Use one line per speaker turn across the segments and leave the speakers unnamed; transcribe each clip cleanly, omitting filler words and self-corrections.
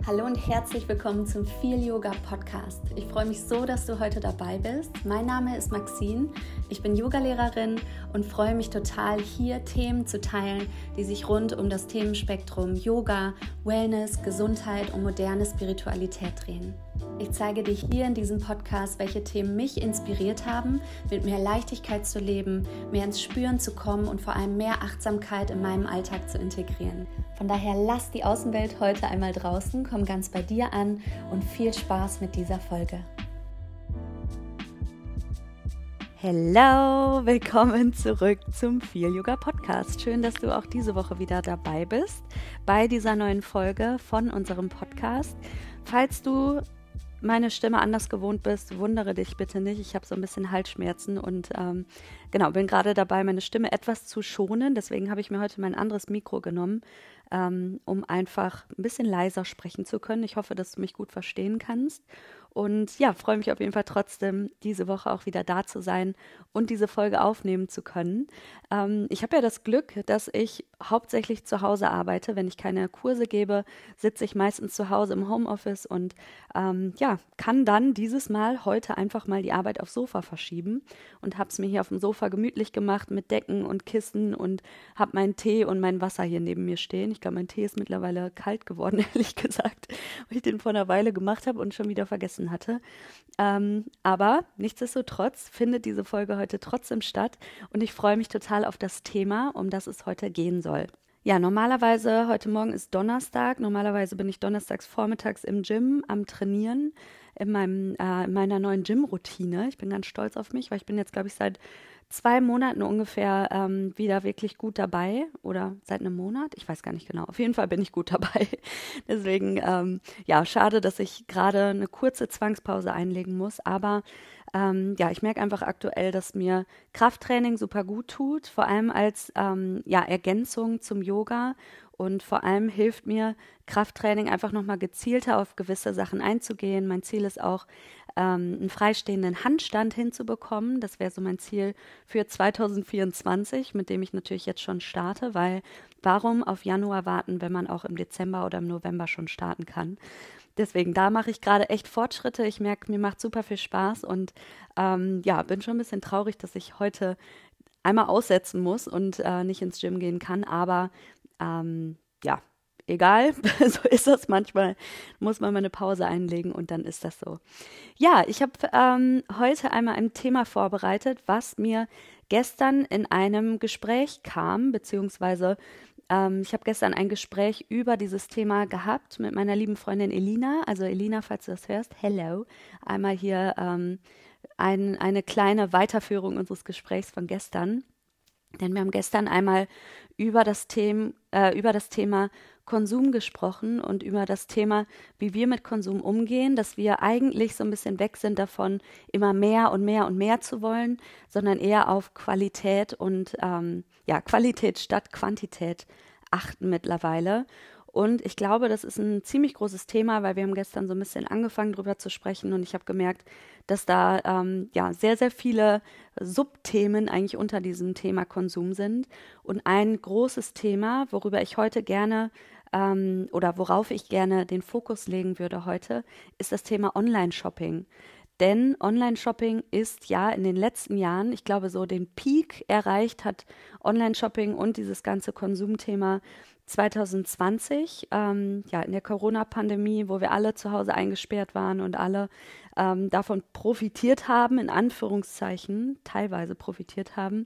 Hallo und herzlich willkommen zum Feel Yoga Podcast. Ich freue mich so, dass du heute dabei bist. Mein Name ist Maxine, ich bin Yogalehrerin und freue mich total, hier Themen zu teilen, die sich rund um das Themenspektrum Yoga, Wellness, Gesundheit und moderne Spiritualität drehen. Ich zeige dir hier in diesem Podcast, welche Themen mich inspiriert haben, mit mehr Leichtigkeit zu leben, mehr ins Spüren zu kommen und vor allem mehr Achtsamkeit in meinem Alltag zu integrieren. Von daher lass die Außenwelt heute einmal draußen, komm ganz bei dir an und viel Spaß mit dieser Folge. Hello, willkommen zurück zum Feel Yoga Podcast. Schön, dass du auch diese Woche wieder dabei bist bei dieser neuen Folge von unserem Podcast. Falls du meine Stimme anders gewohnt bist, wundere dich bitte nicht. Ich habe so ein bisschen Halsschmerzen und bin gerade dabei, meine Stimme etwas zu schonen. Deswegen habe ich mir heute mein anderes Mikro genommen, um einfach ein bisschen leiser sprechen zu können. Ich hoffe, dass du mich gut verstehen kannst. Und ja, freue mich auf jeden Fall trotzdem, diese Woche auch wieder da zu sein und diese Folge aufnehmen zu können. Ich habe ja das Glück, dass ich hauptsächlich zu Hause arbeite. Wenn ich keine Kurse gebe, sitze ich meistens zu Hause im Homeoffice und kann dann dieses Mal heute einfach mal die Arbeit aufs Sofa verschieben und habe es mir hier auf dem Sofa gemütlich gemacht mit Decken und Kissen und habe meinen Tee und mein Wasser hier neben mir stehen. Ich glaube, mein Tee ist mittlerweile kalt geworden, ehrlich gesagt, weil ich den vor einer Weile gemacht habe und schon wieder vergessen hatte. Aber nichtsdestotrotz findet diese Folge heute trotzdem statt und ich freue mich total auf das Thema, um das es heute gehen soll. Ja, normalerweise, heute Morgen ist Donnerstag, normalerweise bin ich donnerstags vormittags im Gym am Trainieren in meiner neuen Gym-Routine. Ich bin ganz stolz auf mich, weil ich bin jetzt, glaube ich, seit 2 Monaten ungefähr wieder wirklich gut dabei oder seit einem Monat, ich weiß gar nicht genau, auf jeden Fall bin ich gut dabei. Deswegen, schade, dass ich gerade eine kurze Zwangspause einlegen muss, aber ich merke einfach aktuell, dass mir Krafttraining super gut tut, vor allem als Ergänzung zum Yoga und vor allem hilft mir Krafttraining einfach nochmal gezielter auf gewisse Sachen einzugehen. Mein Ziel ist auch, einen freistehenden Handstand hinzubekommen. Das wäre so mein Ziel für 2024, mit dem ich natürlich jetzt schon starte, weil warum auf Januar warten, wenn man auch im Dezember oder im November schon starten kann? Deswegen, da mache ich gerade echt Fortschritte. Ich merke, mir macht super viel Spaß und bin schon ein bisschen traurig, dass ich heute einmal aussetzen muss und nicht ins Gym gehen kann. Aber egal, so ist das manchmal. Muss man mal eine Pause einlegen und dann ist das so. Ja, ich habe heute einmal ein Thema vorbereitet, was mir gestern in einem Gespräch kam, beziehungsweise ich habe gestern ein Gespräch über dieses Thema gehabt mit meiner lieben Freundin Elina. Also Elina, falls du das hörst, hello. Einmal hier eine kleine Weiterführung unseres Gesprächs von gestern. Denn wir haben gestern einmal über das Thema Konsum gesprochen und über das Thema, wie wir mit Konsum umgehen, dass wir eigentlich so ein bisschen weg sind davon, immer mehr und mehr und mehr zu wollen, sondern eher auf Qualität und Qualität statt Quantität achten mittlerweile. Und ich glaube, das ist ein ziemlich großes Thema, weil wir haben gestern so ein bisschen angefangen, drüber zu sprechen und ich habe gemerkt, dass da sehr, sehr viele Subthemen eigentlich unter diesem Thema Konsum sind. Und ein großes Thema, worüber ich heute gerne worauf ich gerne den Fokus legen würde heute, ist das Thema Online-Shopping. Denn Online-Shopping ist ja in den letzten Jahren, ich glaube, so den Peak erreicht hat Online-Shopping und dieses ganze Konsumthema 2020, in der Corona-Pandemie, wo wir alle zu Hause eingesperrt waren und alle davon profitiert haben, in Anführungszeichen, teilweise profitiert haben,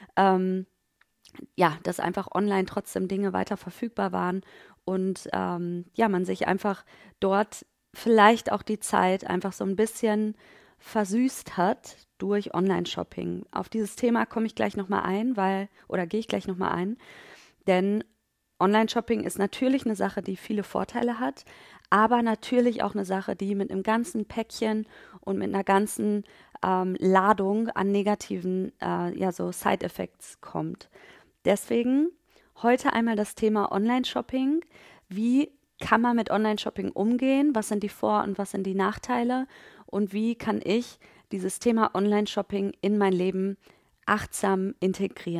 dass einfach online trotzdem Dinge weiter verfügbar waren und man sich einfach dort vielleicht auch die Zeit einfach so ein bisschen versüßt hat durch Online-Shopping. Auf dieses Thema gehe ich gleich nochmal ein, denn Online-Shopping ist natürlich eine Sache, die viele Vorteile hat, aber natürlich auch eine Sache, die mit einem ganzen Päckchen und mit einer ganzen Ladung an negativen Side-Effects kommt. Deswegen heute einmal das Thema Online-Shopping. Wie kann man mit Online-Shopping umgehen? Was sind die Vor- und was sind die Nachteile? Und wie kann ich dieses Thema Online-Shopping in mein Leben achtsam integrieren?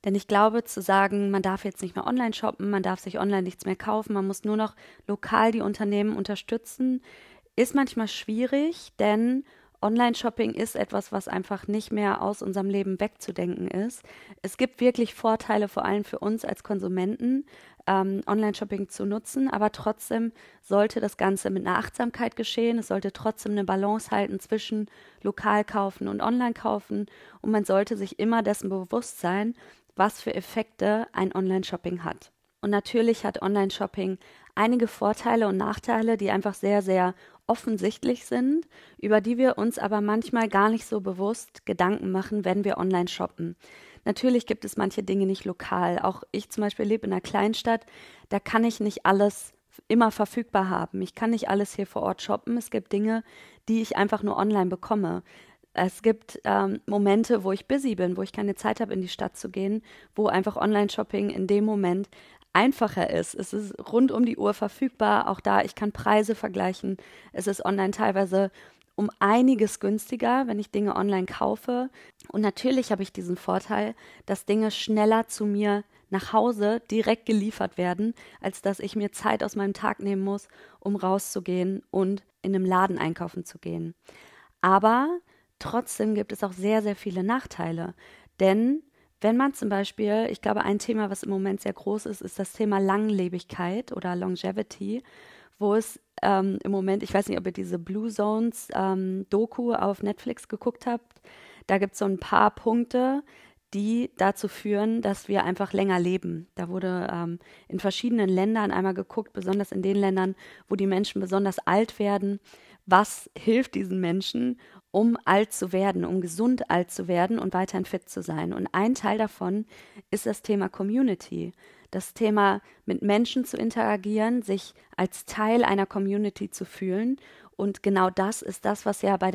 Denn ich glaube, zu sagen, man darf jetzt nicht mehr online shoppen, man darf sich online nichts mehr kaufen, man muss nur noch lokal die Unternehmen unterstützen, ist manchmal schwierig, denn Online-Shopping ist etwas, was einfach nicht mehr aus unserem Leben wegzudenken ist. Es gibt wirklich Vorteile, vor allem für uns als Konsumenten, Online-Shopping zu nutzen, aber trotzdem sollte das Ganze mit einer Achtsamkeit geschehen. Es sollte trotzdem eine Balance halten zwischen lokal kaufen und online kaufen und man sollte sich immer dessen bewusst sein, was für Effekte ein Online-Shopping hat. Und natürlich hat Online-Shopping einige Vorteile und Nachteile, die einfach sehr, sehr offensichtlich sind, über die wir uns aber manchmal gar nicht so bewusst Gedanken machen, wenn wir online shoppen. Natürlich gibt es manche Dinge nicht lokal. Auch ich zum Beispiel lebe in einer Kleinstadt, da kann ich nicht alles immer verfügbar haben. Ich kann nicht alles hier vor Ort shoppen. Es gibt Dinge, die ich einfach nur online bekomme. Es gibt Momente, wo ich busy bin, wo ich keine Zeit habe, in die Stadt zu gehen, wo einfach Online-Shopping in dem Moment einfacher ist. Es ist rund um die Uhr verfügbar. Auch da, ich kann Preise vergleichen. Es ist online teilweise um einiges günstiger, wenn ich Dinge online kaufe. Und natürlich habe ich diesen Vorteil, dass Dinge schneller zu mir nach Hause direkt geliefert werden, als dass ich mir Zeit aus meinem Tag nehmen muss, um rauszugehen und in einem Laden einkaufen zu gehen. Aber trotzdem gibt es auch sehr, sehr viele Nachteile. Denn wenn man zum Beispiel, ich glaube, ein Thema, was im Moment sehr groß ist, ist das Thema Langlebigkeit oder Longevity, wo es im Moment, ich weiß nicht, ob ihr diese Blue Zones Doku auf Netflix geguckt habt, da gibt es so ein paar Punkte, die dazu führen, dass wir einfach länger leben. Da wurde in verschiedenen Ländern einmal geguckt, besonders in den Ländern, wo die Menschen besonders alt werden, was hilft diesen Menschen, um alt zu werden, um gesund alt zu werden und weiterhin fit zu sein. Und ein Teil davon ist das Thema Community. Das Thema, mit Menschen zu interagieren, sich als Teil einer Community zu fühlen. Und genau das ist das, was ja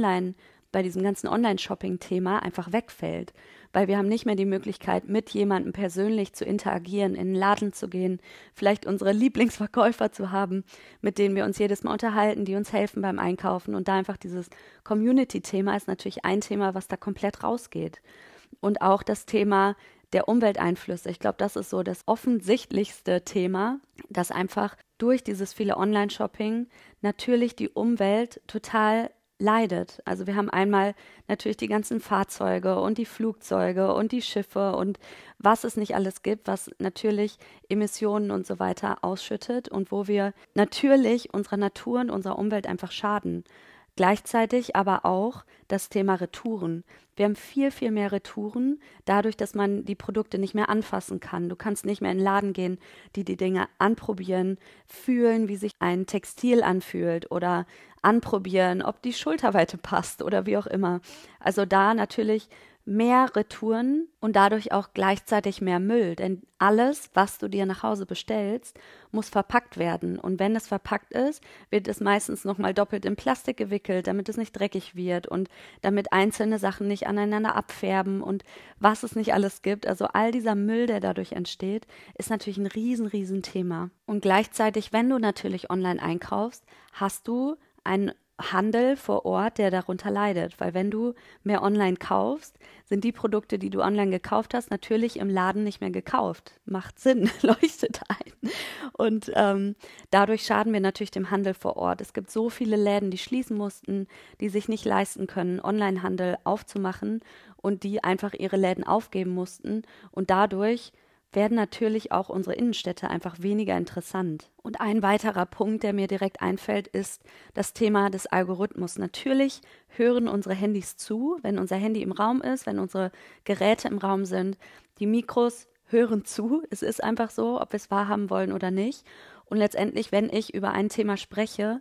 bei diesem ganzen Online-Shopping-Thema einfach wegfällt. Weil wir haben nicht mehr die Möglichkeit, mit jemandem persönlich zu interagieren, in den Laden zu gehen, vielleicht unsere Lieblingsverkäufer zu haben, mit denen wir uns jedes Mal unterhalten, die uns helfen beim Einkaufen. Und da einfach dieses Community-Thema ist natürlich ein Thema, was da komplett rausgeht. Und auch das Thema der Umwelteinflüsse. Ich glaube, das ist so das offensichtlichste Thema, dass einfach durch dieses viele Online-Shopping natürlich die Umwelt total leidet. Also wir haben einmal natürlich die ganzen Fahrzeuge und die Flugzeuge und die Schiffe und was es nicht alles gibt, was natürlich Emissionen und so weiter ausschüttet und wo wir natürlich unserer Natur und unserer Umwelt einfach schaden. Gleichzeitig aber auch das Thema Retouren. Wir haben viel, viel mehr Retouren, dadurch, dass man die Produkte nicht mehr anfassen kann. Du kannst nicht mehr in den Laden gehen, die Dinge anprobieren, fühlen, wie sich ein Textil anfühlt oder anprobieren, ob die Schulterweite passt oder wie auch immer. Also da natürlich mehr Retouren und dadurch auch gleichzeitig mehr Müll. Denn alles, was du dir nach Hause bestellst, muss verpackt werden. Und wenn es verpackt ist, wird es meistens nochmal doppelt in Plastik gewickelt, damit es nicht dreckig wird und damit einzelne Sachen nicht aneinander abfärben und was es nicht alles gibt. Also all dieser Müll, der dadurch entsteht, ist natürlich ein riesen Thema. Und gleichzeitig, wenn du natürlich online einkaufst, hast du einen Handel vor Ort, der darunter leidet, weil wenn du mehr online kaufst, sind die Produkte, die du online gekauft hast, natürlich im Laden nicht mehr gekauft. Macht Sinn, leuchtet ein. Und dadurch schaden wir natürlich dem Handel vor Ort. Es gibt so viele Läden, die schließen mussten, die sich nicht leisten können, Onlinehandel aufzumachen und die einfach ihre Läden aufgeben mussten und dadurch werden natürlich auch unsere Innenstädte einfach weniger interessant. Und ein weiterer Punkt, der mir direkt einfällt, ist das Thema des Algorithmus. Natürlich hören unsere Handys zu, wenn unser Handy im Raum ist, wenn unsere Geräte im Raum sind. Die Mikros hören zu. Es ist einfach so, ob wir es wahrhaben wollen oder nicht. Und letztendlich, wenn ich über ein Thema spreche,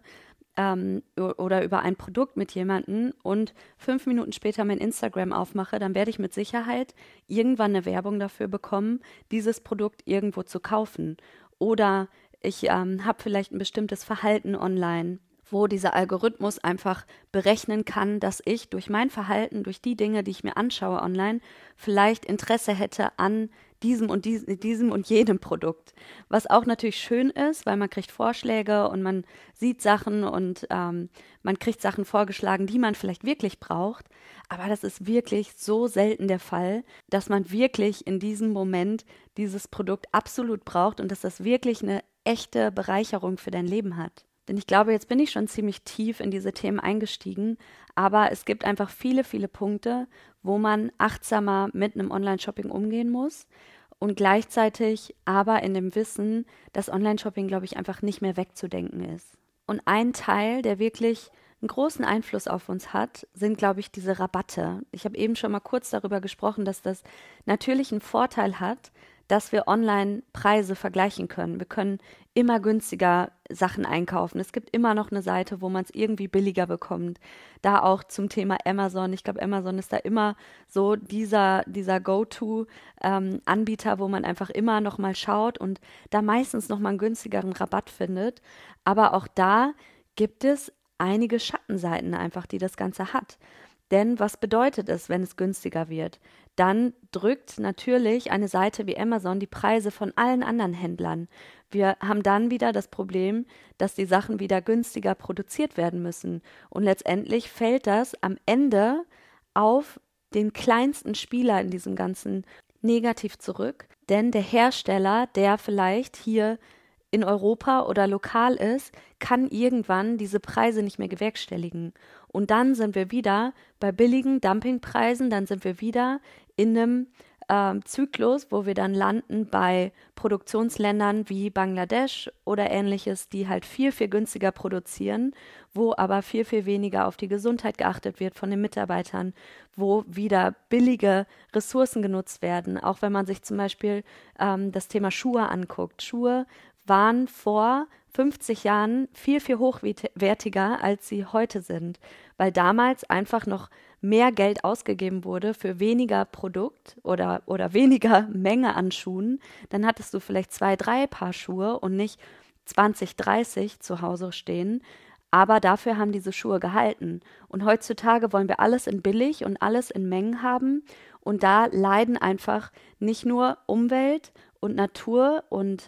oder über ein Produkt mit jemandem und 5 Minuten später mein Instagram aufmache, dann werde ich mit Sicherheit irgendwann eine Werbung dafür bekommen, dieses Produkt irgendwo zu kaufen. Oder ich habe vielleicht ein bestimmtes Verhalten online wo dieser Algorithmus einfach berechnen kann, dass ich durch mein Verhalten, durch die Dinge, die ich mir anschaue online, vielleicht Interesse hätte an diesem und jedem Produkt. Was auch natürlich schön ist, weil man kriegt Vorschläge und man sieht Sachen und man kriegt Sachen vorgeschlagen, die man vielleicht wirklich braucht. Aber das ist wirklich so selten der Fall, dass man wirklich in diesem Moment dieses Produkt absolut braucht und dass das wirklich eine echte Bereicherung für dein Leben hat. Denn ich glaube, jetzt bin ich schon ziemlich tief in diese Themen eingestiegen, aber es gibt einfach viele, viele Punkte, wo man achtsamer mit einem Online-Shopping umgehen muss und gleichzeitig aber in dem Wissen, dass Online-Shopping, glaube ich, einfach nicht mehr wegzudenken ist. Und ein Teil, der wirklich einen großen Einfluss auf uns hat, sind, glaube ich, diese Rabatte. Ich habe eben schon mal kurz darüber gesprochen, dass das natürlich einen Vorteil hat, dass wir online Preise vergleichen können. Wir können immer günstiger Sachen einkaufen. Es gibt immer noch eine Seite, wo man es irgendwie billiger bekommt. Da auch zum Thema Amazon. Ich glaube, Amazon ist da immer so dieser Go-To-Anbieter, wo man einfach immer noch mal schaut und da meistens noch mal einen günstigeren Rabatt findet. Aber auch da gibt es einige Schattenseiten einfach, die das Ganze hat. Denn was bedeutet es, wenn es günstiger wird? Dann drückt natürlich eine Seite wie Amazon die Preise von allen anderen Händlern. Wir haben dann wieder das Problem, dass die Sachen wieder günstiger produziert werden müssen. Und letztendlich fällt das am Ende auf den kleinsten Spieler in diesem Ganzen negativ zurück. Denn der Hersteller, der vielleicht hier in Europa oder lokal ist, kann irgendwann diese Preise nicht mehr gewerkstelligen. Und dann sind wir wieder bei billigen Dumpingpreisen, dann sind wir wieder in einem Zyklus, wo wir dann landen bei Produktionsländern wie Bangladesch oder ähnliches, die halt viel, viel günstiger produzieren, wo aber viel, viel weniger auf die Gesundheit geachtet wird von den Mitarbeitern, wo wieder billige Ressourcen genutzt werden. Auch wenn man sich zum Beispiel das Thema Schuhe anguckt. Schuhe waren vor 50 Jahren viel, viel hochwertiger, als sie heute sind, weil damals einfach noch mehr Geld ausgegeben wurde für weniger Produkt oder weniger Menge an Schuhen. Dann hattest du vielleicht 2, 3 Paar Schuhe und nicht 20, 30 zu Hause stehen. Aber dafür haben diese Schuhe gehalten. Und heutzutage wollen wir alles in billig und alles in Mengen haben. Und da leiden einfach nicht nur Umwelt und Natur und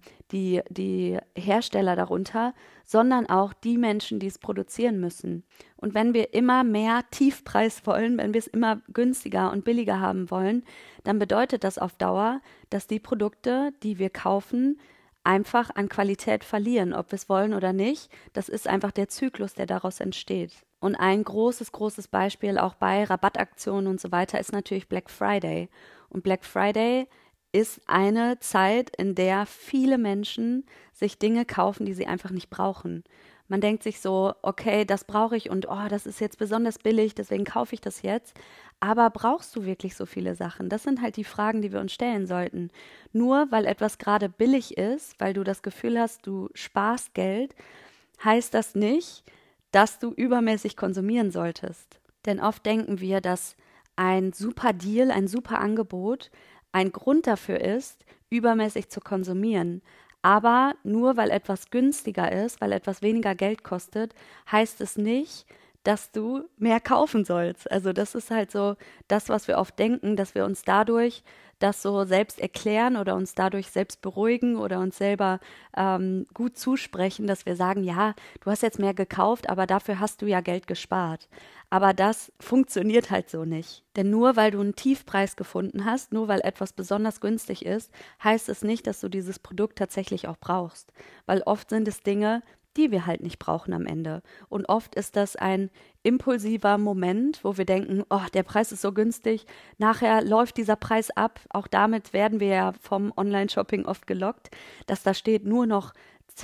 die Hersteller darunter, sondern auch die Menschen, die es produzieren müssen. Und wenn wir immer mehr Tiefpreis wollen, wenn wir es immer günstiger und billiger haben wollen, dann bedeutet das auf Dauer, dass die Produkte, die wir kaufen, einfach an Qualität verlieren, ob wir es wollen oder nicht. Das ist einfach der Zyklus, der daraus entsteht. Und ein großes, großes Beispiel auch bei Rabattaktionen und so weiter ist natürlich Black Friday. Und Black Friday ist eine Zeit, in der viele Menschen sich Dinge kaufen, die sie einfach nicht brauchen. Man denkt sich so, okay, das brauche ich und oh, das ist jetzt besonders billig, deswegen kaufe ich das jetzt. Aber brauchst du wirklich so viele Sachen? Das sind halt die Fragen, die wir uns stellen sollten. Nur weil etwas gerade billig ist, weil du das Gefühl hast, du sparst Geld, heißt das nicht, dass du übermäßig konsumieren solltest. Denn oft denken wir, dass ein super Deal, ein super Angebot ein Grund dafür ist, übermäßig zu konsumieren. Aber nur weil etwas günstiger ist, weil etwas weniger Geld kostet, heißt es nicht, dass du mehr kaufen sollst. Also das ist halt so das, was wir oft denken, dass wir uns dadurch das so selbst erklären oder uns dadurch selbst beruhigen oder uns selber gut zusprechen, dass wir sagen, ja, du hast jetzt mehr gekauft, aber dafür hast du ja Geld gespart. Aber das funktioniert halt so nicht. Denn nur weil du einen Tiefpreis gefunden hast, nur weil etwas besonders günstig ist, heißt es nicht, dass du dieses Produkt tatsächlich auch brauchst. Weil oft sind es Dinge, die wir halt nicht brauchen am Ende. Und oft ist das ein impulsiver Moment, wo wir denken, oh, der Preis ist so günstig, nachher läuft dieser Preis ab. Auch damit werden wir ja vom Online-Shopping oft gelockt, dass da steht, nur noch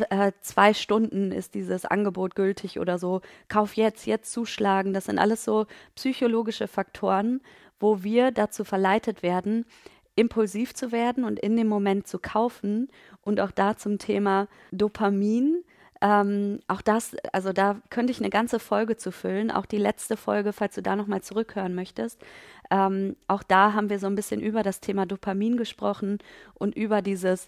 2 Stunden ist dieses Angebot gültig oder so. Kauf jetzt zuschlagen. Das sind alles so psychologische Faktoren, wo wir dazu verleitet werden, impulsiv zu werden und in dem Moment zu kaufen. Und auch da zum Thema Dopamin. Auch das, also da könnte ich eine ganze Folge zu füllen, auch die letzte Folge, falls du da nochmal zurückhören möchtest. Auch da haben wir so ein bisschen über das Thema Dopamin gesprochen und über dieses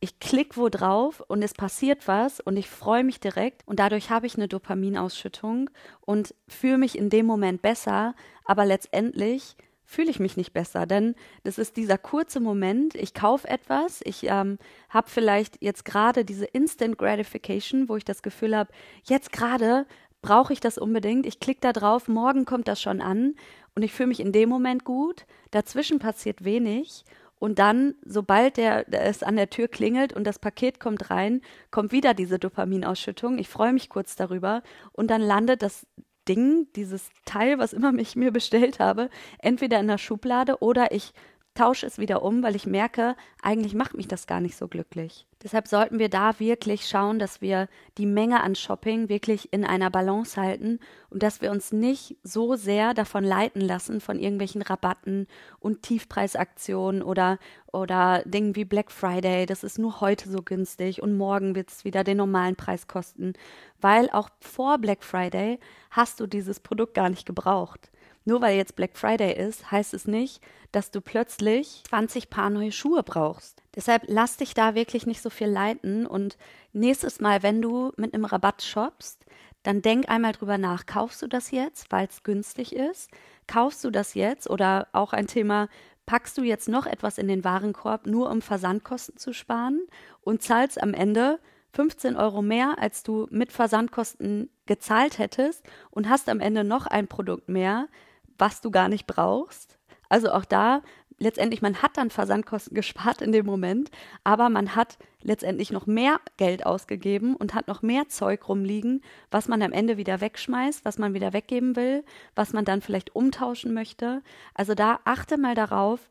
ich klicke wo drauf und es passiert was und ich freue mich direkt und dadurch habe ich eine Dopaminausschüttung und fühle mich in dem Moment besser, aber letztendlich fühle ich mich nicht besser, denn das ist dieser kurze Moment, ich kaufe etwas, ich habe vielleicht jetzt gerade diese Instant Gratification, wo ich das Gefühl habe, jetzt gerade brauche ich das unbedingt, ich klicke da drauf, morgen kommt das schon an und ich fühle mich in dem Moment gut, dazwischen passiert wenig und dann, sobald es an der Tür klingelt und das Paket kommt rein, kommt wieder diese Dopaminausschüttung. Ich freue mich kurz darüber und dann landet das Ding, dieses Teil, was immer ich mir bestellt habe, entweder in der Schublade oder ich tausche es wieder um, weil ich merke, eigentlich macht mich das gar nicht so glücklich. Deshalb sollten wir da wirklich schauen, dass wir die Menge an Shopping wirklich in einer Balance halten und dass wir uns nicht so sehr davon leiten lassen von irgendwelchen Rabatten und Tiefpreisaktionen oder Dingen wie Black Friday. Das ist nur heute so günstig und morgen wird es wieder den normalen Preis kosten, weil auch vor Black Friday hast du dieses Produkt gar nicht gebraucht. Nur weil jetzt Black Friday ist, heißt es nicht, dass du plötzlich 20 Paar neue Schuhe brauchst. Deshalb lass dich da wirklich nicht so viel leiten und nächstes Mal, wenn du mit einem Rabatt shoppst, dann denk einmal drüber nach, kaufst du das jetzt, weil es günstig ist? Kaufst du das jetzt oder auch ein Thema, packst du jetzt noch etwas in den Warenkorb, nur um Versandkosten zu sparen und zahlst am Ende 15 Euro mehr, als du mit Versandkosten gezahlt hättest und hast am Ende noch ein Produkt mehr, was du gar nicht brauchst. Also auch da, letztendlich, man hat dann Versandkosten gespart in dem Moment, aber man hat letztendlich noch mehr Geld ausgegeben und hat noch mehr Zeug rumliegen, was man am Ende wieder wegschmeißt, was man wieder weggeben will, was man dann vielleicht umtauschen möchte. Also da achte mal darauf,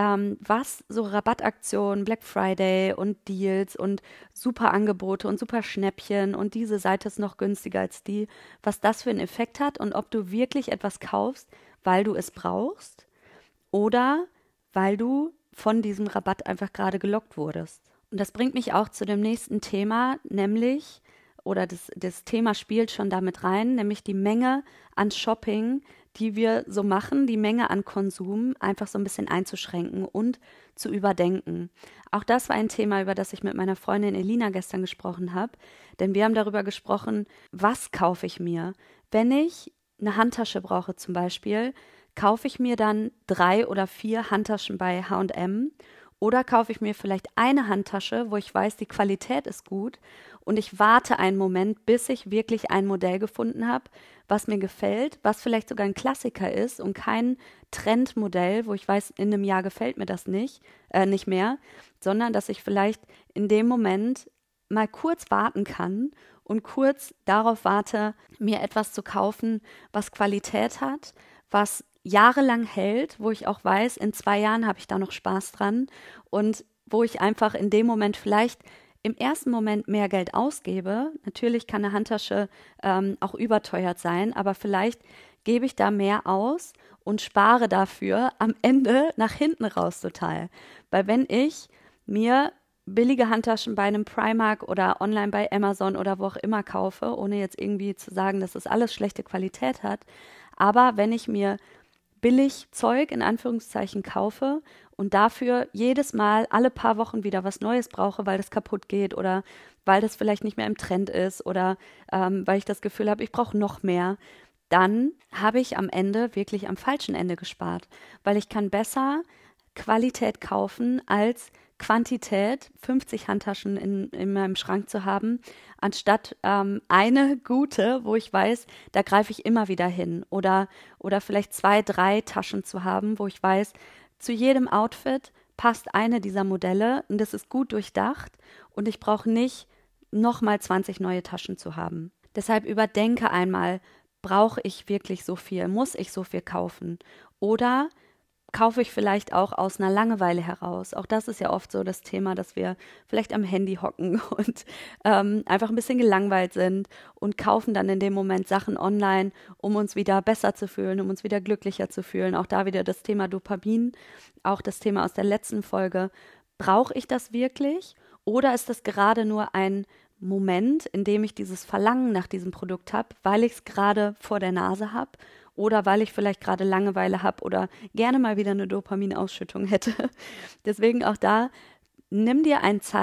was so Rabattaktionen, Black Friday und Deals und super Angebote und super Schnäppchen und diese Seite ist noch günstiger als die, was das für einen Effekt hat und ob du wirklich etwas kaufst, weil du es brauchst oder weil du von diesem Rabatt einfach gerade gelockt wurdest. Und das bringt mich auch zu dem nächsten Thema, nämlich, oder das Thema spielt schon damit rein, nämlich die Menge an Shopping, die wir so machen, die Menge an Konsum einfach so ein bisschen einzuschränken und zu überdenken. Auch das war ein Thema, über das ich mit meiner Freundin Elina gestern gesprochen habe, denn wir haben darüber gesprochen, was kaufe ich mir? Wenn ich eine Handtasche brauche zum Beispiel, kaufe ich mir dann 3 oder 4 Handtaschen bei H&M oder kaufe ich mir vielleicht eine Handtasche, wo ich weiß, die Qualität ist gut und ich warte einen Moment, bis ich wirklich ein Modell gefunden habe, was mir gefällt, was vielleicht sogar ein Klassiker ist und kein Trendmodell, wo ich weiß, in einem Jahr gefällt mir das nicht mehr, sondern dass ich vielleicht in dem Moment mal kurz warten kann und kurz darauf warte, mir etwas zu kaufen, was Qualität hat, was jahrelang hält, wo ich auch weiß, in 2 Jahren habe ich da noch Spaß dran und wo ich einfach in dem Moment vielleicht im ersten Moment mehr Geld ausgebe. Natürlich kann eine Handtasche auch überteuert sein, aber vielleicht gebe ich da mehr aus und spare dafür am Ende nach hinten raus total. Weil wenn ich mir billige Handtaschen bei einem Primark oder online bei Amazon oder wo auch immer kaufe, ohne jetzt irgendwie zu sagen, dass das alles schlechte Qualität hat, aber wenn ich mir billig Zeug in Anführungszeichen kaufe und dafür jedes Mal alle paar Wochen wieder was Neues brauche, weil das kaputt geht oder weil das vielleicht nicht mehr im Trend ist oder weil ich das Gefühl habe, ich brauche noch mehr, dann habe ich am Ende wirklich am falschen Ende gespart, weil ich kann besser Qualität kaufen als Quantität, 50 Handtaschen in meinem Schrank zu haben, anstatt eine gute, wo ich weiß, da greife ich immer wieder hin. Oder vielleicht 2, 3 Taschen zu haben, wo ich weiß, zu jedem Outfit passt eine dieser Modelle und das ist gut durchdacht und ich brauche nicht nochmal 20 neue Taschen zu haben. Deshalb überdenke einmal, brauche ich wirklich so viel? Muss ich so viel kaufen? Oder kaufe ich vielleicht auch aus einer Langeweile heraus. Auch das ist ja oft so das Thema, dass wir vielleicht am Handy hocken und einfach ein bisschen gelangweilt sind und kaufen dann in dem Moment Sachen online, um uns wieder besser zu fühlen, um uns wieder glücklicher zu fühlen. Auch da wieder das Thema Dopamin, auch das Thema aus der letzten Folge. Brauche ich das wirklich? Oder ist das gerade nur ein Moment, in dem ich dieses Verlangen nach diesem Produkt habe, weil ich es gerade vor der Nase habe? Oder weil ich vielleicht gerade Langeweile habe oder gerne mal wieder eine Dopaminausschüttung hätte. Deswegen auch da nimm dir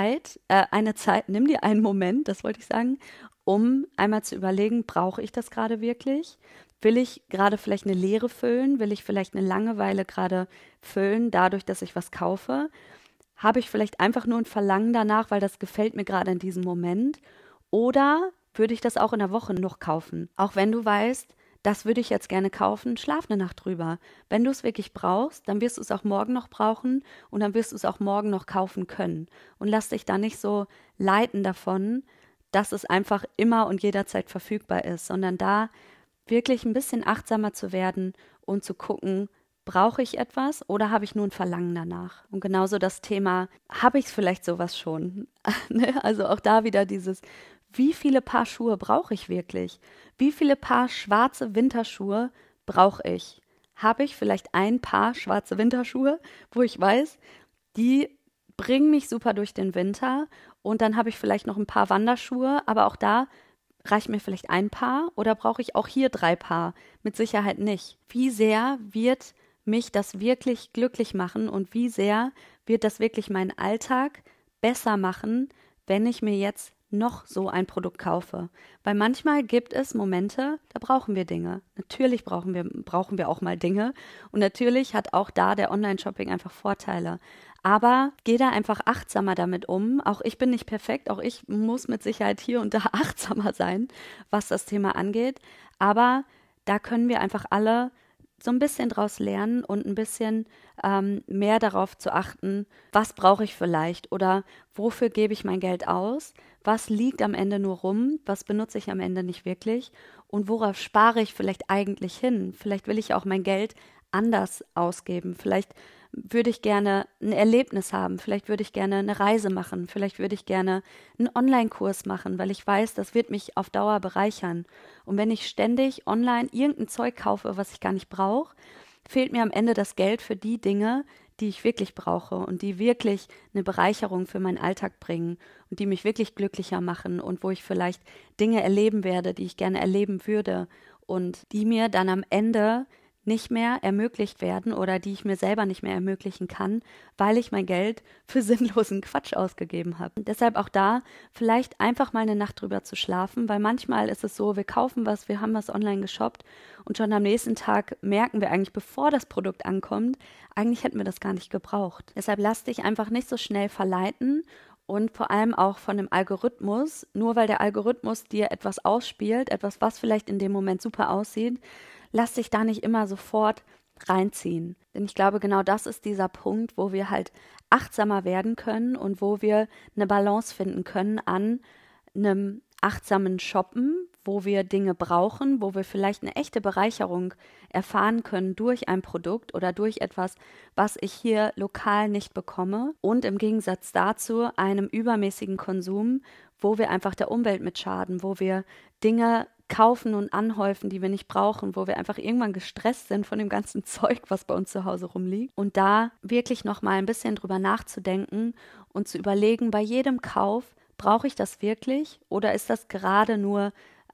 nimm dir einen Moment, das wollte ich sagen, um einmal zu überlegen, brauche ich das gerade wirklich? Will ich gerade vielleicht eine Leere füllen? Will ich vielleicht eine Langeweile gerade füllen, dadurch, dass ich was kaufe? Habe ich vielleicht einfach nur ein Verlangen danach, weil das gefällt mir gerade in diesem Moment? Oder würde ich das auch in der Woche noch kaufen? Auch wenn du weißt, das würde ich jetzt gerne kaufen, schlaf eine Nacht drüber. Wenn du es wirklich brauchst, dann wirst du es auch morgen noch brauchen und dann wirst du es auch morgen noch kaufen können. Und lass dich da nicht so leiten davon, dass es einfach immer und jederzeit verfügbar ist, sondern da wirklich ein bisschen achtsamer zu werden und zu gucken, brauche ich etwas oder habe ich nur ein Verlangen danach? Und genauso das Thema, habe ich vielleicht sowas schon? Ne? Also auch da wieder dieses, wie viele Paar Schuhe brauche ich wirklich? Wie viele Paar schwarze Winterschuhe brauche ich? Habe ich vielleicht ein Paar schwarze Winterschuhe, wo ich weiß, die bringen mich super durch den Winter und dann habe ich vielleicht noch ein paar Wanderschuhe, aber auch da reicht mir vielleicht ein Paar oder brauche ich auch hier 3 Paar? Mit Sicherheit nicht. Wie sehr wird mich das wirklich glücklich machen und wie sehr wird das wirklich meinen Alltag besser machen, wenn ich mir jetzt noch so ein Produkt kaufe? Weil manchmal gibt es Momente, da brauchen wir Dinge. Natürlich brauchen wir auch mal Dinge. Und natürlich hat auch da der Online-Shopping einfach Vorteile. Aber geh da einfach achtsamer damit um. Auch ich bin nicht perfekt, auch ich muss mit Sicherheit hier und da achtsamer sein, was das Thema angeht. Aber da können wir einfach alle so ein bisschen draus lernen und ein bisschen mehr darauf zu achten, was brauche ich vielleicht oder wofür gebe ich mein Geld aus, was liegt am Ende nur rum, was benutze ich am Ende nicht wirklich und worauf spare ich vielleicht eigentlich hin. Vielleicht will ich auch mein Geld anders ausgeben. Vielleicht würde ich gerne ein Erlebnis haben, vielleicht würde ich gerne eine Reise machen, vielleicht würde ich gerne einen Online-Kurs machen, weil ich weiß, das wird mich auf Dauer bereichern. Und wenn ich ständig online irgendein Zeug kaufe, was ich gar nicht brauche, fehlt mir am Ende das Geld für die Dinge, die ich wirklich brauche und die wirklich eine Bereicherung für meinen Alltag bringen und die mich wirklich glücklicher machen und wo ich vielleicht Dinge erleben werde, die ich gerne erleben würde und die mir dann am Ende nicht mehr ermöglicht werden oder die ich mir selber nicht mehr ermöglichen kann, weil ich mein Geld für sinnlosen Quatsch ausgegeben habe. Deshalb auch da vielleicht einfach mal eine Nacht drüber zu schlafen, weil manchmal ist es so, wir kaufen was, wir haben was online geshoppt und schon am nächsten Tag merken wir eigentlich, bevor das Produkt ankommt, eigentlich hätten wir das gar nicht gebraucht. Deshalb lass dich einfach nicht so schnell verleiten und vor allem auch von dem Algorithmus, nur weil der Algorithmus dir etwas ausspielt, etwas, was vielleicht in dem Moment super aussieht, lass dich da nicht immer sofort reinziehen. Denn ich glaube, genau das ist dieser Punkt, wo wir halt achtsamer werden können und wo wir eine Balance finden können an einem achtsamen Shoppen, wo wir Dinge brauchen, wo wir vielleicht eine echte Bereicherung erfahren können durch ein Produkt oder durch etwas, was ich hier lokal nicht bekomme und im Gegensatz dazu einem übermäßigen Konsum, wo wir einfach der Umwelt mit schaden, wo wir Dinge kaufen und anhäufen, die wir nicht brauchen, wo wir einfach irgendwann gestresst sind von dem ganzen Zeug, was bei uns zu Hause rumliegt. Und da wirklich nochmal ein bisschen drüber nachzudenken und zu überlegen, bei jedem Kauf, brauche ich das wirklich oder ist das gerade nur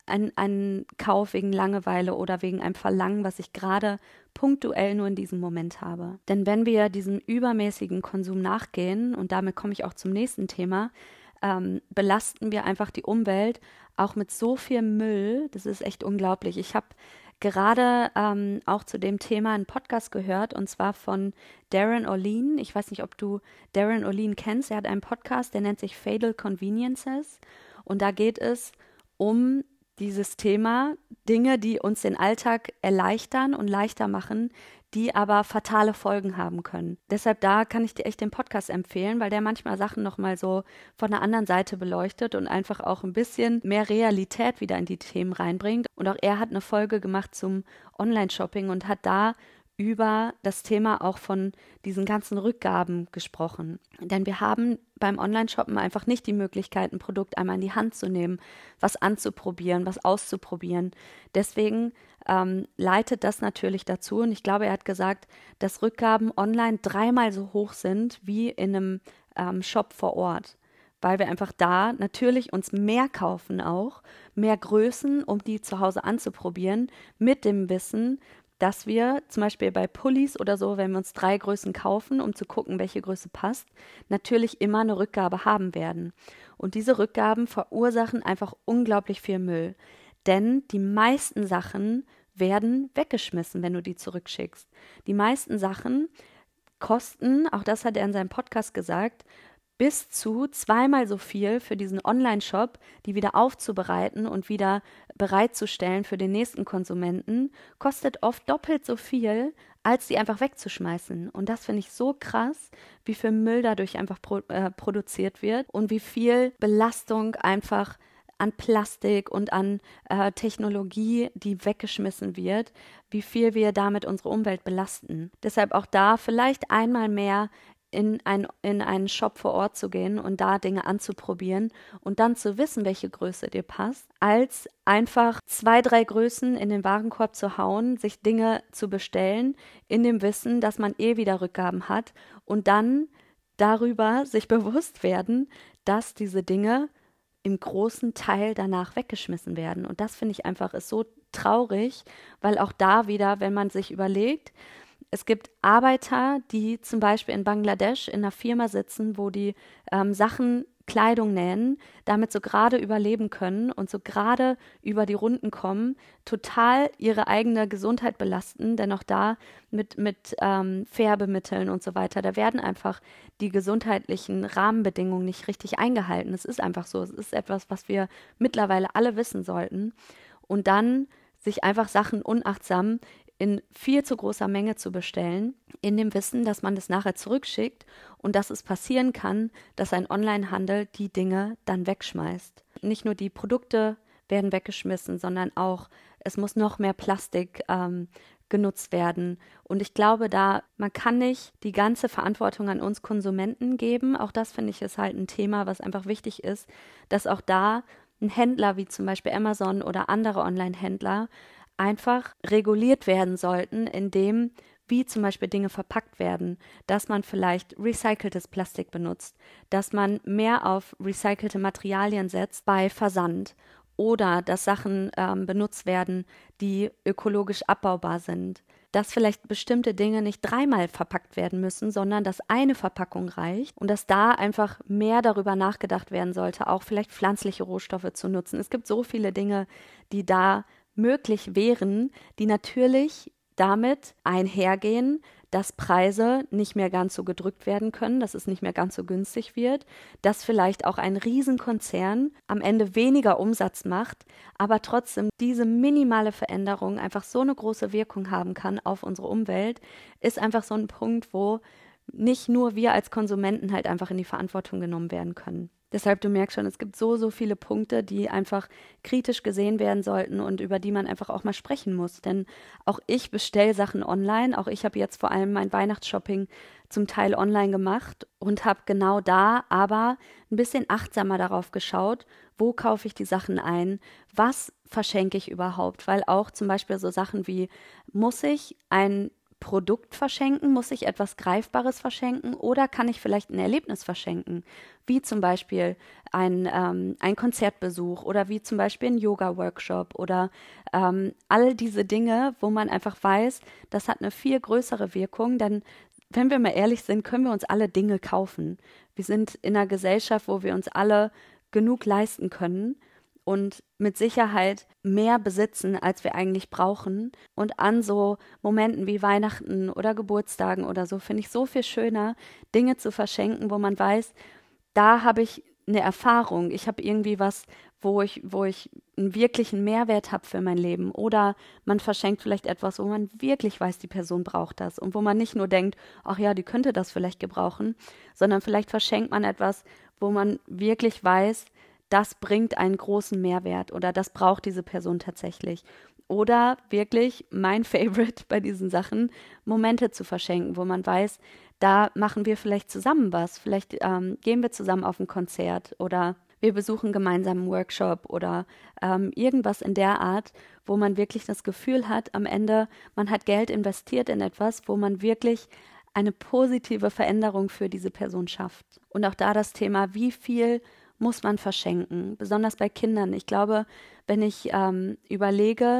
ein Kauf wegen Langeweile oder wegen einem Verlangen, was ich gerade punktuell nur in diesem Moment habe? Denn wenn wir diesem übermäßigen Konsum nachgehen, und damit komme ich auch zum nächsten Thema, belasten wir einfach die Umwelt auch mit so viel Müll. Das ist echt unglaublich. Ich habe gerade auch zu dem Thema einen Podcast gehört und zwar von Darren Orlean. Ich weiß nicht, ob du Darren Orlean kennst. Er hat einen Podcast, der nennt sich Fatal Conveniences und da geht es um dieses Thema Dinge, die uns den Alltag erleichtern und leichter machen, die aber fatale Folgen haben können. Deshalb da kann ich dir echt den Podcast empfehlen, weil der manchmal Sachen nochmal so von der anderen Seite beleuchtet und einfach auch ein bisschen mehr Realität wieder in die Themen reinbringt. Und auch er hat eine Folge gemacht zum Online-Shopping und hat da über das Thema auch von diesen ganzen Rückgaben gesprochen. Denn wir haben beim Online-Shoppen einfach nicht die Möglichkeit, ein Produkt einmal in die Hand zu nehmen, was anzuprobieren, was auszuprobieren. Deswegen leitet das natürlich dazu. Und ich glaube, er hat gesagt, dass Rückgaben online 3-mal so hoch sind wie in einem Shop vor Ort. Weil wir einfach da natürlich uns mehr kaufen auch, mehr Größen, um die zu Hause anzuprobieren, mit dem Wissen, dass wir zum Beispiel bei Pullis oder so, wenn wir uns 3 Größen kaufen, um zu gucken, welche Größe passt, natürlich immer eine Rückgabe haben werden. Und diese Rückgaben verursachen einfach unglaublich viel Müll. Denn die meisten Sachen werden weggeschmissen, wenn du die zurückschickst. Die meisten Sachen kosten, auch das hat er in seinem Podcast gesagt, bis zu 2-mal so viel für diesen Online-Shop, die wieder aufzubereiten und wieder bereitzustellen für den nächsten Konsumenten, kostet oft doppelt so viel, als die einfach wegzuschmeißen. Und das finde ich so krass, wie viel Müll dadurch einfach produziert wird und wie viel Belastung einfach an Plastik und an Technologie, die weggeschmissen wird, wie viel wir damit unsere Umwelt belasten. Deshalb auch da vielleicht einmal mehr in einen Shop vor Ort zu gehen und da Dinge anzuprobieren und dann zu wissen, welche Größe dir passt, als einfach 2, 3 Größen in den Warenkorb zu hauen, sich Dinge zu bestellen, in dem Wissen, dass man eh wieder Rückgaben hat und dann darüber sich bewusst werden, dass diese Dinge im großen Teil danach weggeschmissen werden. Und das finde ich einfach ist so traurig, weil auch da wieder, wenn man sich überlegt, es gibt Arbeiter, die zum Beispiel in Bangladesch in einer Firma sitzen, wo die Sachen, Kleidung nähen, damit so gerade überleben können und so gerade über die Runden kommen, total ihre eigene Gesundheit belasten, denn auch da mit Färbemitteln und so weiter, da werden einfach die gesundheitlichen Rahmenbedingungen nicht richtig eingehalten. Es ist einfach so, es ist etwas, was wir mittlerweile alle wissen sollten. Und dann sich einfach Sachen unachtsam in viel zu großer Menge zu bestellen, in dem Wissen, dass man das nachher zurückschickt und dass es passieren kann, dass ein Onlinehandel die Dinge dann wegschmeißt. Nicht nur die Produkte werden weggeschmissen, sondern auch es muss noch mehr Plastik genutzt werden. Und ich glaube, man kann nicht die ganze Verantwortung an uns Konsumenten geben. Auch das finde ich ist halt ein Thema, was einfach wichtig ist, dass auch da ein Händler wie zum Beispiel Amazon oder andere Online-Händler einfach reguliert werden sollten, indem wie zum Beispiel Dinge verpackt werden, dass man vielleicht recyceltes Plastik benutzt, dass man mehr auf recycelte Materialien setzt bei Versand oder dass Sachen benutzt werden, die ökologisch abbaubar sind, dass vielleicht bestimmte Dinge nicht 3-mal verpackt werden müssen, sondern dass eine Verpackung reicht und dass da einfach mehr darüber nachgedacht werden sollte, auch vielleicht pflanzliche Rohstoffe zu nutzen. Es gibt so viele Dinge, die da möglich wären, die natürlich damit einhergehen, dass Preise nicht mehr ganz so gedrückt werden können, dass es nicht mehr ganz so günstig wird, dass vielleicht auch ein Riesenkonzern am Ende weniger Umsatz macht, aber trotzdem diese minimale Veränderung einfach so eine große Wirkung haben kann auf unsere Umwelt, ist einfach so ein Punkt, wo nicht nur wir als Konsumenten halt einfach in die Verantwortung genommen werden können. Deshalb, du merkst schon, es gibt so viele Punkte, die einfach kritisch gesehen werden sollten und über die man einfach auch mal sprechen muss. Denn auch ich bestelle Sachen online. Auch ich habe jetzt vor allem mein Weihnachtsshopping zum Teil online gemacht und habe genau da aber ein bisschen achtsamer darauf geschaut, wo kaufe ich die Sachen ein, was verschenke ich überhaupt. Weil auch zum Beispiel so Sachen wie, muss ich ein Produkt verschenken? Muss ich etwas Greifbares verschenken oder kann ich vielleicht ein Erlebnis verschenken? Wie zum Beispiel ein Konzertbesuch oder wie zum Beispiel ein Yoga-Workshop oder all diese Dinge, wo man einfach weiß, das hat eine viel größere Wirkung, denn wenn wir mal ehrlich sind, können wir uns alle Dinge kaufen. Wir sind in einer Gesellschaft, wo wir uns alle genug leisten können und mit Sicherheit mehr besitzen, als wir eigentlich brauchen. Und an so Momenten wie Weihnachten oder Geburtstagen oder so finde ich so viel schöner, Dinge zu verschenken, wo man weiß, da habe ich eine Erfahrung. Ich habe irgendwie was, wo ich einen wirklichen Mehrwert habe für mein Leben. Oder man verschenkt vielleicht etwas, wo man wirklich weiß, die Person braucht das. Und wo man nicht nur denkt, ach ja, die könnte das vielleicht gebrauchen, sondern vielleicht verschenkt man etwas, wo man wirklich weiß, das bringt einen großen Mehrwert oder das braucht diese Person tatsächlich. Oder wirklich mein Favorite bei diesen Sachen, Momente zu verschenken, wo man weiß, da machen wir vielleicht zusammen was. Vielleicht gehen wir zusammen auf ein Konzert oder wir besuchen gemeinsam einen Workshop oder irgendwas in der Art, wo man wirklich das Gefühl hat, am Ende, man hat Geld investiert in etwas, wo man wirklich eine positive Veränderung für diese Person schafft. Und auch da das Thema, wie viel muss man verschenken, besonders bei Kindern. Ich glaube, wenn ich überlege,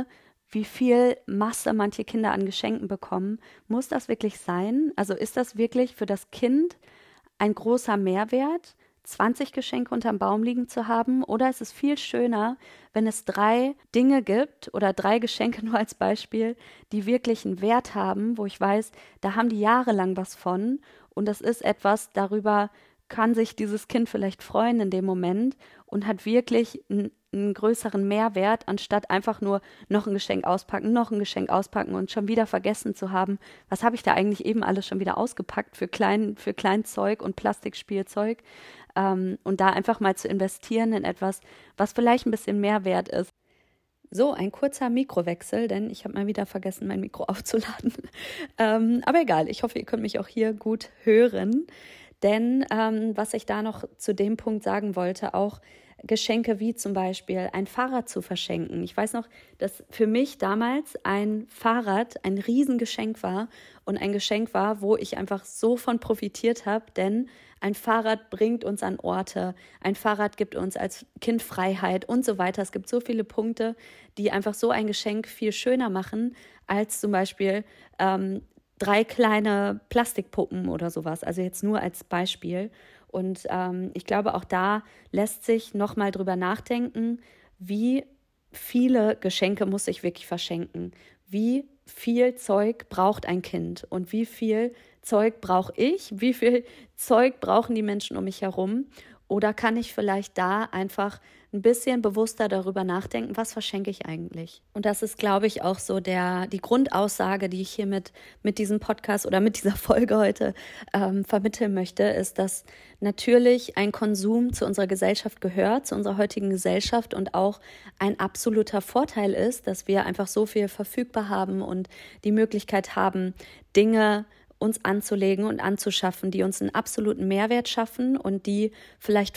wie viel Masse manche Kinder an Geschenken bekommen. Muss das wirklich sein? Also ist das wirklich für das Kind ein großer Mehrwert, 20 Geschenke unterm Baum liegen zu haben? Oder ist es viel schöner, wenn es 3 Dinge gibt oder 3 Geschenke nur als Beispiel, die wirklich einen Wert haben, wo ich weiß, da haben die jahrelang was von und das ist etwas, darüber kann sich dieses Kind vielleicht freuen in dem Moment und hat wirklich einen größeren Mehrwert, anstatt einfach nur noch ein Geschenk auspacken, noch ein Geschenk auspacken und schon wieder vergessen zu haben, was habe ich da eigentlich eben alles schon wieder ausgepackt für Kleinzeug und Plastikspielzeug, und da einfach mal zu investieren in etwas, was vielleicht ein bisschen mehr wert ist. So, ein kurzer Mikrowechsel, denn ich habe mal wieder vergessen, mein Mikro aufzuladen. Aber egal, ich hoffe, ihr könnt mich auch hier gut hören. Denn was ich da noch zu dem Punkt sagen wollte, auch Geschenke wie zum Beispiel ein Fahrrad zu verschenken. Ich weiß noch, dass für mich damals ein Fahrrad ein Riesengeschenk war und ein Geschenk war, wo ich einfach so von profitiert habe, denn ein Fahrrad bringt uns an Orte, ein Fahrrad gibt uns als Kind Freiheit und so weiter. Es gibt so viele Punkte, die einfach so ein Geschenk viel schöner machen, als zum Beispiel 3 kleine Plastikpuppen oder sowas. Also jetzt nur als Beispiel. Und ich glaube, auch da lässt sich nochmal drüber nachdenken, wie viele Geschenke muss ich wirklich verschenken? Wie viel Zeug braucht ein Kind? Und wie viel Zeug brauche ich? Wie viel Zeug brauchen die Menschen um mich herum? Oder kann ich vielleicht da einfach ein bisschen bewusster darüber nachdenken, was verschenke ich eigentlich? Und das ist, glaube ich, auch so die Grundaussage, die ich hier mit diesem Podcast oder mit dieser Folge heute vermitteln möchte, ist, dass natürlich ein Konsum zu unserer Gesellschaft gehört, zu unserer heutigen Gesellschaft und auch ein absoluter Vorteil ist, dass wir einfach so viel verfügbar haben und die Möglichkeit haben, Dinge uns anzulegen und anzuschaffen, die uns einen absoluten Mehrwert schaffen und die vielleicht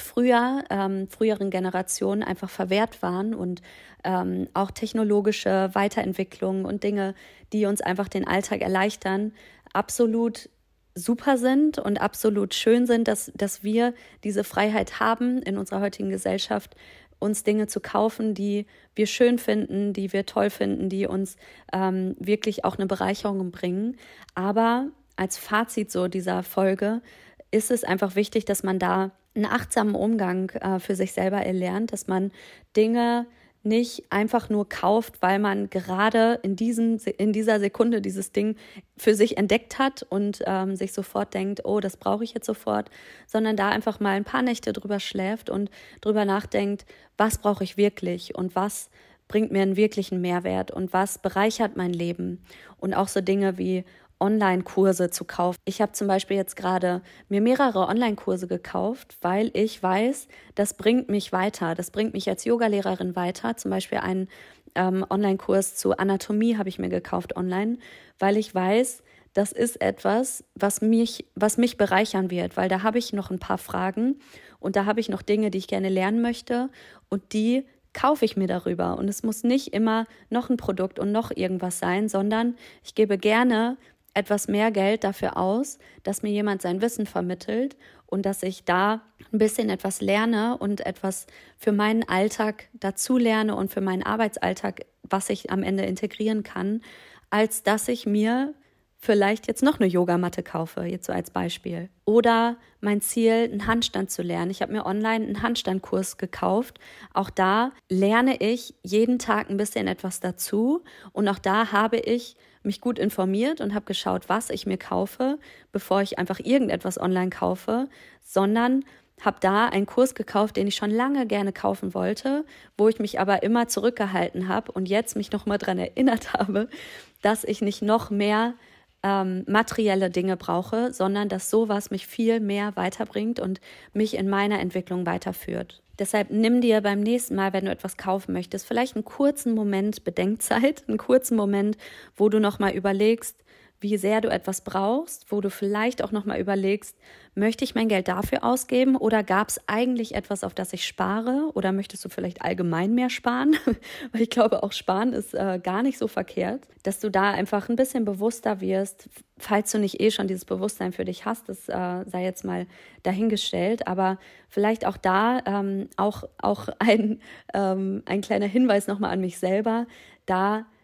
früheren Generationen einfach verwehrt waren und auch technologische Weiterentwicklungen und Dinge, die uns einfach den Alltag erleichtern, absolut super sind und absolut schön sind, dass wir diese Freiheit haben in unserer heutigen Gesellschaft, uns Dinge zu kaufen, die wir schön finden, die wir toll finden, die uns wirklich auch eine Bereicherung bringen. Aber als Fazit so dieser Folge ist es einfach wichtig, dass man da einen achtsamen Umgang für sich selber erlernt, dass man Dinge nicht einfach nur kauft, weil man gerade in dieser Sekunde dieses Ding für sich entdeckt hat und sich sofort denkt, oh, das brauche ich jetzt sofort, sondern da einfach mal ein paar Nächte drüber schläft und drüber nachdenkt, was brauche ich wirklich und was bringt mir einen wirklichen Mehrwert und was bereichert mein Leben. Und auch so Dinge wie Online-Kurse zu kaufen. Ich habe zum Beispiel jetzt gerade mir mehrere Online-Kurse gekauft, weil ich weiß, das bringt mich weiter. Das bringt mich als Yogalehrerin weiter. Zum Beispiel einen Online-Kurs zu Anatomie habe ich mir gekauft online, weil ich weiß, das ist etwas, was mich bereichern wird, weil da habe ich noch ein paar Fragen und da habe ich noch Dinge, die ich gerne lernen möchte und die kaufe ich mir darüber. Und es muss nicht immer noch ein Produkt und noch irgendwas sein, sondern ich gebe gerne etwas mehr Geld dafür aus, dass mir jemand sein Wissen vermittelt und dass ich da ein bisschen etwas lerne und etwas für meinen Alltag dazu lerne und für meinen Arbeitsalltag, was ich am Ende integrieren kann, als dass ich mir vielleicht jetzt noch eine Yogamatte kaufe, jetzt so als Beispiel. Oder mein Ziel, einen Handstand zu lernen. Ich habe mir online einen Handstandkurs gekauft. Auch da lerne ich jeden Tag ein bisschen etwas dazu. Und auch da habe ich mich gut informiert und habe geschaut, was ich mir kaufe, bevor ich einfach irgendetwas online kaufe, sondern habe da einen Kurs gekauft, den ich schon lange gerne kaufen wollte, wo ich mich aber immer zurückgehalten habe und jetzt mich nochmal daran erinnert habe, dass ich nicht noch mehr materielle Dinge brauche, sondern dass sowas mich viel mehr weiterbringt und mich in meiner Entwicklung weiterführt. Deshalb nimm dir beim nächsten Mal, wenn du etwas kaufen möchtest, vielleicht einen kurzen Moment Bedenkzeit, einen kurzen Moment, wo du nochmal überlegst, wie sehr du etwas brauchst, wo du vielleicht auch nochmal überlegst, möchte ich mein Geld dafür ausgeben oder gab es eigentlich etwas, auf das ich spare oder möchtest du vielleicht allgemein mehr sparen? Weil ich glaube, auch sparen ist gar nicht so verkehrt, dass du da einfach ein bisschen bewusster wirst, falls du nicht schon dieses Bewusstsein für dich hast, das sei jetzt mal dahingestellt, aber vielleicht auch da auch ein kleiner Hinweis nochmal an mich selber, da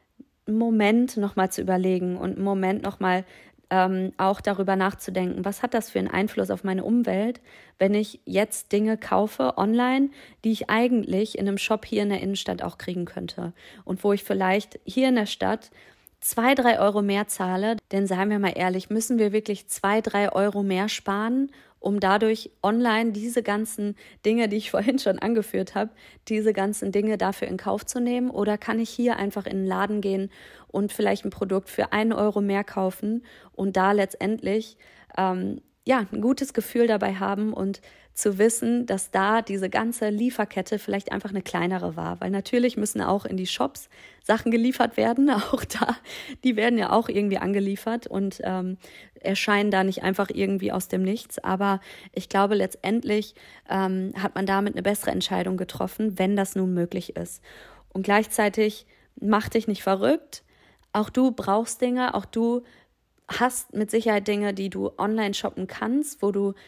einen Moment nochmal zu überlegen und einen Moment nochmal auch darüber nachzudenken, was hat das für einen Einfluss auf meine Umwelt, wenn ich jetzt Dinge kaufe online, die ich eigentlich in einem Shop hier in der Innenstadt auch kriegen könnte und wo ich vielleicht hier in der Stadt 2-3 Euro mehr zahle, denn seien wir mal ehrlich, müssen wir wirklich 2-3 Euro mehr sparen, um dadurch online diese ganzen Dinge, die ich vorhin schon angeführt habe, diese ganzen Dinge dafür in Kauf zu nehmen? Oder kann ich hier einfach in den Laden gehen und vielleicht ein Produkt für 1 Euro mehr kaufen und da letztendlich ein gutes Gefühl dabei haben und zu wissen, dass da diese ganze Lieferkette vielleicht einfach eine kleinere war. Weil natürlich müssen auch in die Shops Sachen geliefert werden, auch da, die werden ja auch irgendwie angeliefert und erscheinen da nicht einfach irgendwie aus dem Nichts. Aber ich glaube, letztendlich hat man damit eine bessere Entscheidung getroffen, wenn das nun möglich ist. Und gleichzeitig mach dich nicht verrückt. Auch du brauchst Dinge, auch du hast mit Sicherheit Dinge, die du online shoppen kannst, wo du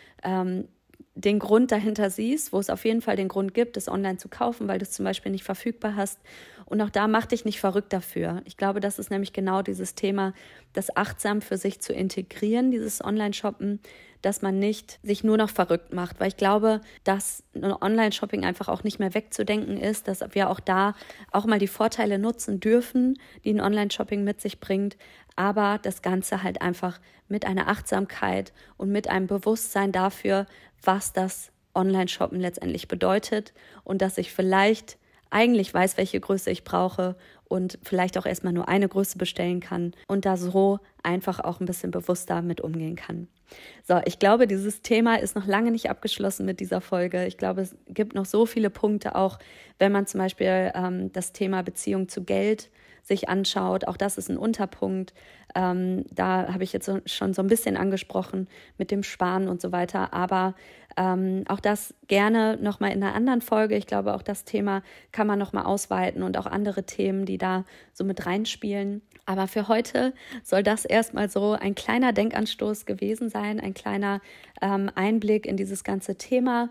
den Grund dahinter siehst, wo es auf jeden Fall den Grund gibt, es online zu kaufen, weil du es zum Beispiel nicht verfügbar hast. Und auch da mach dich nicht verrückt dafür. Ich glaube, das ist nämlich genau dieses Thema, das achtsam für sich zu integrieren, dieses Online-Shoppen, dass man nicht sich nur noch verrückt macht. Weil ich glaube, dass Online-Shopping einfach auch nicht mehr wegzudenken ist, dass wir auch da auch mal die Vorteile nutzen dürfen, die ein Online-Shopping mit sich bringt, aber das Ganze halt einfach mit einer Achtsamkeit und mit einem Bewusstsein dafür, was das Online-Shoppen letztendlich bedeutet und dass ich vielleicht eigentlich weiß, welche Größe ich brauche und vielleicht auch erstmal nur eine Größe bestellen kann und da so einfach auch ein bisschen bewusster mit umgehen kann. So, ich glaube, dieses Thema ist noch lange nicht abgeschlossen mit dieser Folge. Ich glaube, es gibt noch so viele Punkte, auch wenn man zum Beispiel das Thema Beziehung zu Geld sich anschaut. Auch das ist ein Unterpunkt. Da habe ich jetzt schon so ein bisschen angesprochen mit dem Sparen und so weiter. Aber auch das gerne nochmal in einer anderen Folge. Ich glaube, auch das Thema kann man nochmal ausweiten und auch andere Themen, die da so mit reinspielen. Aber für heute soll das erstmal so ein kleiner Denkanstoß gewesen sein, ein kleiner Einblick in dieses ganze Thema.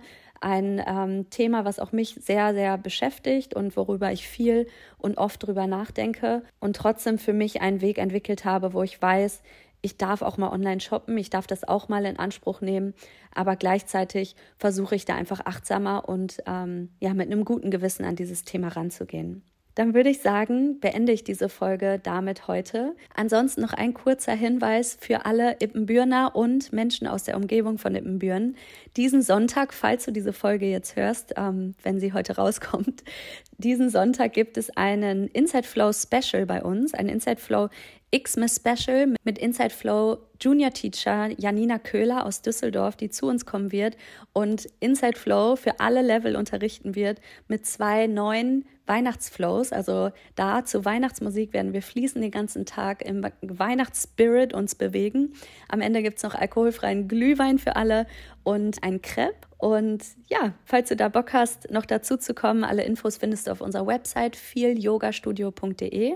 Ein Thema, was auch mich sehr, sehr beschäftigt und worüber ich viel und oft drüber nachdenke und trotzdem für mich einen Weg entwickelt habe, wo ich weiß, ich darf auch mal online shoppen, ich darf das auch mal in Anspruch nehmen, aber gleichzeitig versuche ich da einfach achtsamer und mit einem guten Gewissen an dieses Thema ranzugehen. Dann würde ich sagen, beende ich diese Folge damit heute. Ansonsten noch ein kurzer Hinweis für alle Ippenbürener und Menschen aus der Umgebung von Ippenbüren. Diesen Sonntag, falls du diese Folge jetzt hörst, wenn sie heute rauskommt, diesen Sonntag gibt es einen Inside Flow Special bei uns, ein Inside Flow Xmas Special mit Inside Flow Junior Teacher Janina Köhler aus Düsseldorf, die zu uns kommen wird und Inside Flow für alle Level unterrichten wird mit 2 neuen Weihnachtsflows. Also da zur Weihnachtsmusik werden wir fließen den ganzen Tag im Weihnachtsspirit uns bewegen. Am Ende gibt es noch alkoholfreien Glühwein für alle und ein Crepe. Und ja, falls du da Bock hast, noch dazu zu kommen, alle Infos findest du auf unserer Website feelyogastudio.de.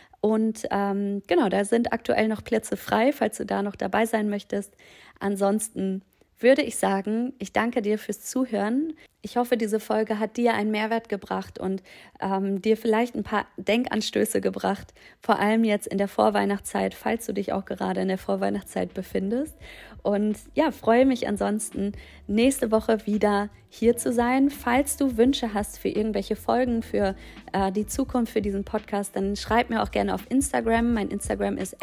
Und da sind aktuell noch Plätze frei, falls du da noch dabei sein möchtest. Ansonsten würde ich sagen, ich danke dir fürs Zuhören. Ich hoffe, diese Folge hat dir einen Mehrwert gebracht und dir vielleicht ein paar Denkanstöße gebracht, vor allem jetzt in der Vorweihnachtszeit, falls du dich auch gerade in der Vorweihnachtszeit befindest. Und ja, freue mich ansonsten, nächste Woche wieder hier zu sein. Falls du Wünsche hast für irgendwelche Folgen, für die Zukunft, für diesen Podcast, dann schreib mir auch gerne auf Instagram. Mein Instagram ist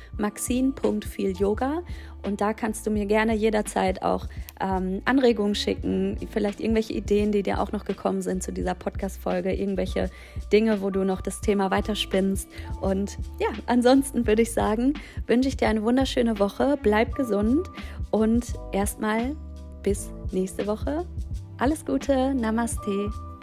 @maxine.feelyoga und da kannst du mir gerne jederzeit auch Anregungen schicken, vielleicht irgendwelche Ideen, die dir auch noch gekommen sind zu dieser Podcast-Folge, irgendwelche Dinge, wo du noch das Thema weiterspinnst. Und ja, ansonsten würde ich sagen, wünsche ich dir eine wunderschöne Woche, bleib gesund und erstmal bis nächste Woche. Alles Gute, Namaste.